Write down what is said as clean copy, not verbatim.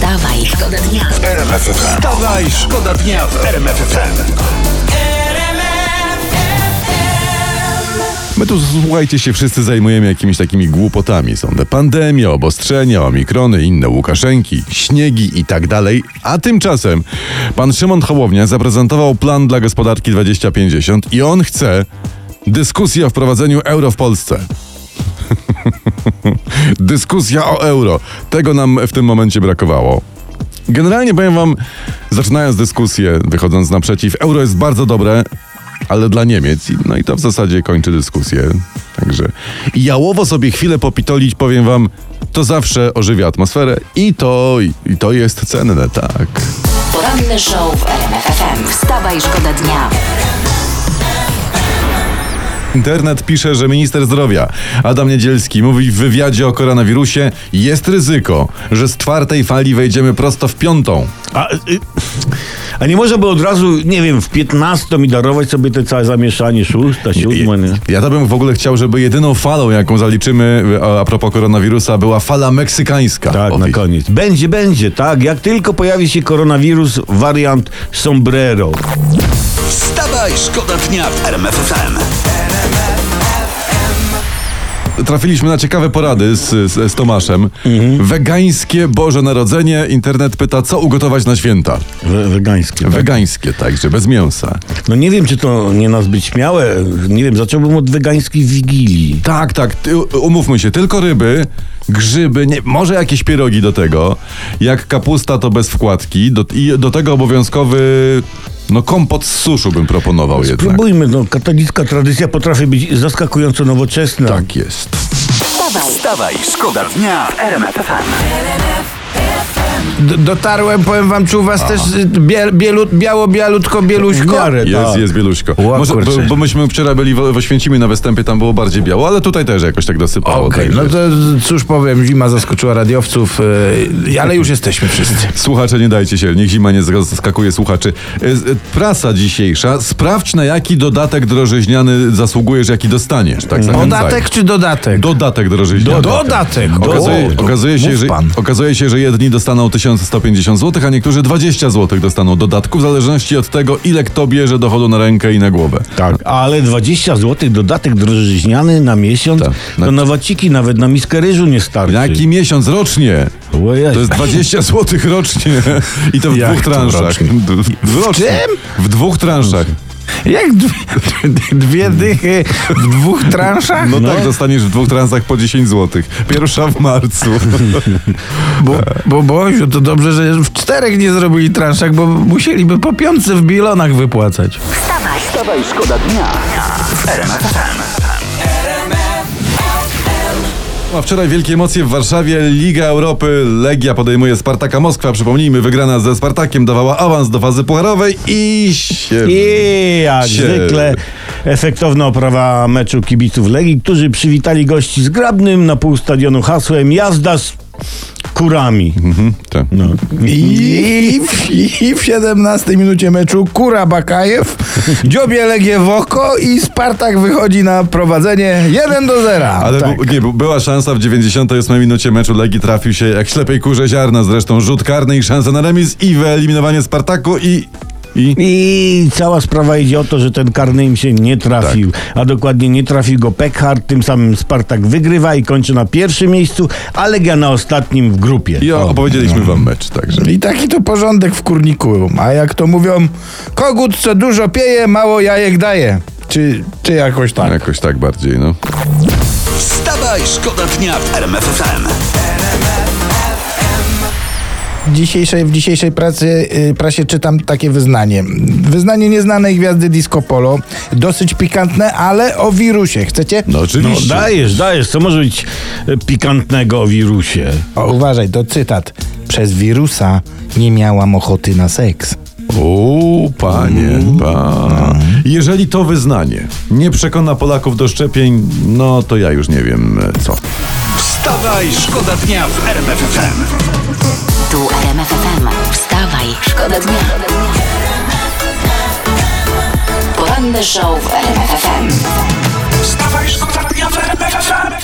Wstawaj, szkoda dnia w RMF FM. Wstawaj, szkoda dnia w RMF FM. My tu, słuchajcie, się wszyscy zajmujemy jakimiś takimi głupotami. Są te pandemie, obostrzenia, omikrony, inne Łukaszenki, śniegi i tak dalej. A tymczasem pan Szymon Hołownia zaprezentował plan dla gospodarki 2050 i on chce dyskusji o wprowadzeniu euro w Polsce. Dyskusja o euro. Tego nam w tym momencie brakowało. Generalnie powiem wam, zaczynając dyskusję, wychodząc naprzeciw, euro jest bardzo dobre, ale dla Niemiec. No i to w zasadzie kończy dyskusję. Także jałowo sobie chwilę popitolić, powiem wam, to zawsze ożywia atmosferę i to jest cenne, tak. Poranny show w RMF FM. Wstawaj, szkoda dnia. Internet pisze, że minister zdrowia Adam Niedzielski mówi w wywiadzie o koronawirusie: jest ryzyko, że z 4. fali wejdziemy prosto w 5. A nie można by od razu, nie wiem, w 15 mi darować sobie te całe zamieszanie, 6., 7, nie? Ja to bym w ogóle chciał, żeby jedyną falą, jaką zaliczymy a propos koronawirusa, była fala meksykańska. Tak, na koniec. Będzie, tak. Jak tylko pojawi się koronawirus, wariant sombrero. Wstawaj, szkoda dnia w RMF FM. Trafiliśmy na ciekawe porady z Tomaszem. Wegańskie Boże Narodzenie. Internet pyta, co ugotować na święta. Wegańskie. Tak? Wegańskie, także bez mięsa. No nie wiem, czy to nie nazbyt śmiałe. Nie wiem, zacząłbym od wegańskiej wigilii. Tak, umówmy się, tylko ryby, grzyby, może jakieś pierogi do tego. Jak kapusta, to bez wkładki. I do tego obowiązkowy... kompot z suszu bym proponował jednak. Spróbujmy, katolicka tradycja potrafi być zaskakująco nowoczesna. Tak jest. Wstawaj, szkoda dnia w RMF FM. Dotarłem, powiem wam, czy u was też białutko, bieluśko? Jest bieluśko. Ła, Może, bo myśmy wczoraj byli w Oświęcimiu na występie, tam było bardziej biało, ale tutaj też jakoś tak dosypało. Okej, no to cóż powiem, zima zaskoczyła radiowców, ale już jesteśmy wszyscy. Słuchacze, nie dajcie się, niech zima nie zaskakuje słuchaczy. Prasa dzisiejsza, sprawdź, na jaki dodatek drożyźniany zasługujesz, jaki dostaniesz. Tak, Podatek czy dodatek? Dodatek drożyźniany. Dodatek! Okazuje się, że jedni dostaną 1150 zł, a niektórzy 20 zł dostaną dodatku, w zależności od tego, ile kto bierze dochodu na rękę i na głowę. Tak, ale 20 zł dodatek drożyźniany na miesiąc, Tak. to na waciki nawet na miskę ryżu nie starczy. Jaki miesiąc? Rocznie. Ojej. To jest 20 zł rocznie. I to w Jak 2 to transzach. rocznie? W czym? W 2 transzach. Jak dwie dychy w 2 transzach? No tak, dostaniesz w 2 transzach po 10 zł. Pierwsza w marcu. Boziu, to dobrze, że w 4 nie zrobili transzach, bo musieliby po 5 w bilonach wypłacać. Wstawaj, szkoda dnia w RMF FM. A wczoraj wielkie emocje w Warszawie. Liga Europy. Legia podejmuje Spartaka Moskwa. Przypomnijmy, wygrana ze Spartakiem dawała awans do fazy pucharowej i jak zwykle efektowna oprawa meczu kibiców Legii, którzy przywitali gości zgrabnym na pół stadionu hasłem jazda z kurami. Tak. No. I w 17 minucie meczu Kura Bakajew dziobie Legię w oko i Spartak wychodzi na prowadzenie 1-0. Ale tak. była szansa w 98 minucie meczu Legii, trafił się jak ślepej kurze ziarna, zresztą rzut karny i szansa na remis i wyeliminowanie Spartaku I cała sprawa idzie o to, że ten karny im się nie trafił, a dokładnie nie trafił go Pekhart, tym samym Spartak wygrywa i kończy na 1. miejscu, a Legia na ostatnim w grupie. I opowiedzieliśmy wam mecz, także. I taki to porządek w kurniku. A jak to mówią, kogut co dużo pieje, mało jajek daje. Czy jakoś tak? Jakoś tak bardziej, no. Wstawaj, szkoda dnia w RMF FM. W dzisiejszej prasie czytam takie wyznanie. Wyznanie nieznanej gwiazdy disco polo. Dosyć pikantne, ale o wirusie. Chcecie? No oczywiście. Dajesz, co może być pikantnego o wirusie? O, uważaj, to cytat. Przez wirusa nie miałam ochoty na seks. O, panie. Jeżeli to wyznanie nie przekona Polaków do szczepień, no to ja już nie wiem co. Wstawaj, szkoda dnia w RMF FM. Tu RMF FM. Wstawaj, szkoda dnia. Poranny show w RMF FM. Wstawaj, szkoda dnia w RMF FM.